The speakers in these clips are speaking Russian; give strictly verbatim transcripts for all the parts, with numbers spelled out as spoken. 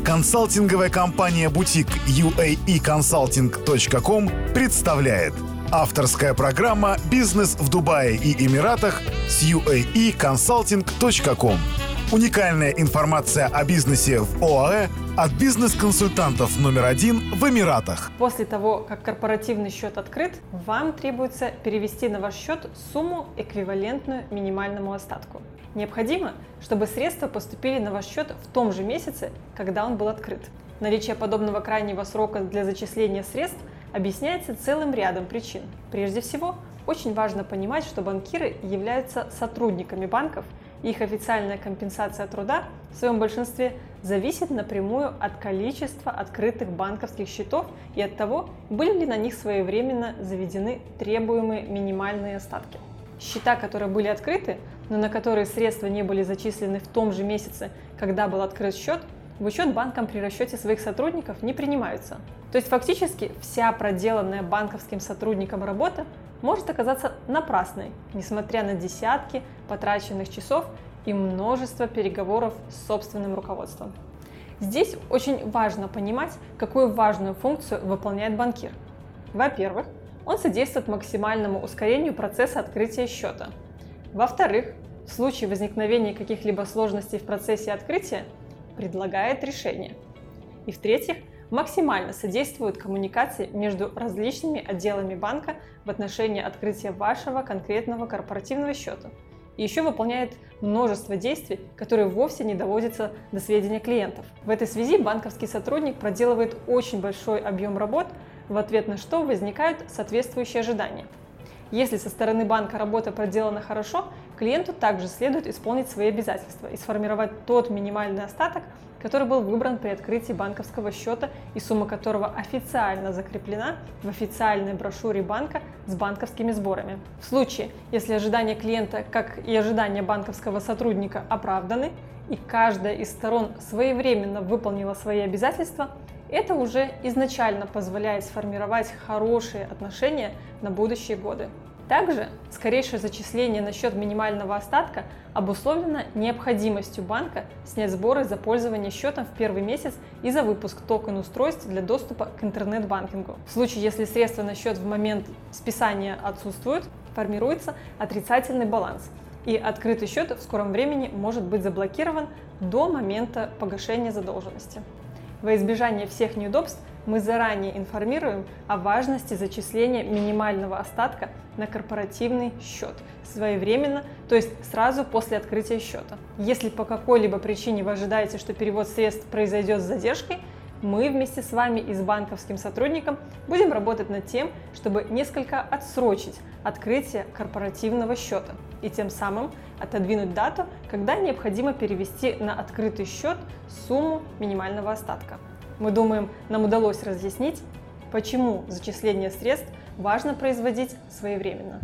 Консалтинговая компания «Бутик» ю эй и консалтинг точка ком представляет авторская программа «Бизнес в Дубае и Эмиратах» с ю эй и консалтинг точка ком. Уникальная информация о бизнесе в ОАЭ от бизнес-консультантов номер один в Эмиратах. После того, как корпоративный счет открыт, вам требуется перевести на ваш счет сумму, эквивалентную минимальному остатку. Необходимо, чтобы средства поступили на ваш счет в том же месяце, когда он был открыт. Наличие подобного крайнего срока для зачисления средств объясняется целым рядом причин. Прежде всего, очень важно понимать, что банкиры являются сотрудниками банков, и их официальная компенсация труда в своем большинстве зависит напрямую от количества открытых банковских счетов и от того, были ли на них своевременно заведены требуемые минимальные остатки. Счета, которые были открыты, но на которые средства не были зачислены в том же месяце, когда был открыт счет, в учет банкам при расчете своих сотрудников не принимаются. То есть фактически вся проделанная банковским сотрудником работа может оказаться напрасной, несмотря на десятки потраченных часов и множество переговоров с собственным руководством. Здесь очень важно понимать, какую важную функцию выполняет банкир. Во-первых, он содействует максимальному ускорению процесса открытия счета. Во-вторых, в случае возникновения каких-либо сложностей в процессе открытия, предлагает решение. И в-третьих, максимально содействует коммуникации между различными отделами банка в отношении открытия вашего конкретного корпоративного счета. И еще выполняет множество действий, которые вовсе не доводятся до сведения клиентов. В этой связи банковский сотрудник проделывает очень большой объем работ, в ответ на что возникают соответствующие ожидания. Если со стороны банка работа проделана хорошо, клиенту также следует исполнить свои обязательства и сформировать тот минимальный остаток, который был выбран при открытии банковского счета и сумма которого официально закреплена в официальной брошюре банка с банковскими сборами. В случае, если ожидания клиента, как и ожидания банковского сотрудника, оправданы, и каждая из сторон своевременно выполнила свои обязательства, это уже изначально позволяет сформировать хорошие отношения на будущие годы. Также скорейшее зачисление на счет минимального остатка обусловлено необходимостью банка снять сборы за пользование счетом в первый месяц и за выпуск токен-устройств для доступа к интернет-банкингу. В случае, если средства на счет в момент списания отсутствуют, формируется отрицательный баланс, и открытый счет в скором времени может быть заблокирован до момента погашения задолженности. Во избежание всех неудобств мы заранее информируем о важности зачисления минимального остатка на корпоративный счет своевременно, то есть сразу после открытия счета. Если по какой-либо причине вы ожидаете, что перевод средств произойдет с задержкой, мы вместе с вами и с банковским сотрудником будем работать над тем, чтобы несколько отсрочить открытие корпоративного счета и тем самым отодвинуть дату, когда необходимо перевести на открытый счет сумму минимального остатка. Мы думаем, нам удалось разъяснить, почему зачисление средств важно производить своевременно.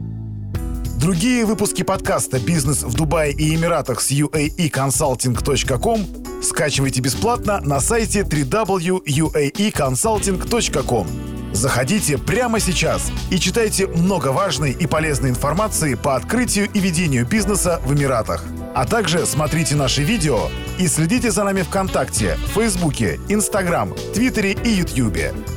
Другие выпуски подкаста «Бизнес в Дубае и Эмиратах» с ю эй и консалтинг точка ком скачивайте бесплатно на сайте дабл ю дабл ю дабл ю точка ю эй и консалтинг точка ком. Заходите прямо сейчас и читайте много важной и полезной информации по открытию и ведению бизнеса в Эмиратах. А также смотрите наши видео и следите за нами ВКонтакте, Фейсбуке, Инстаграм, Твиттере и Ютьюбе.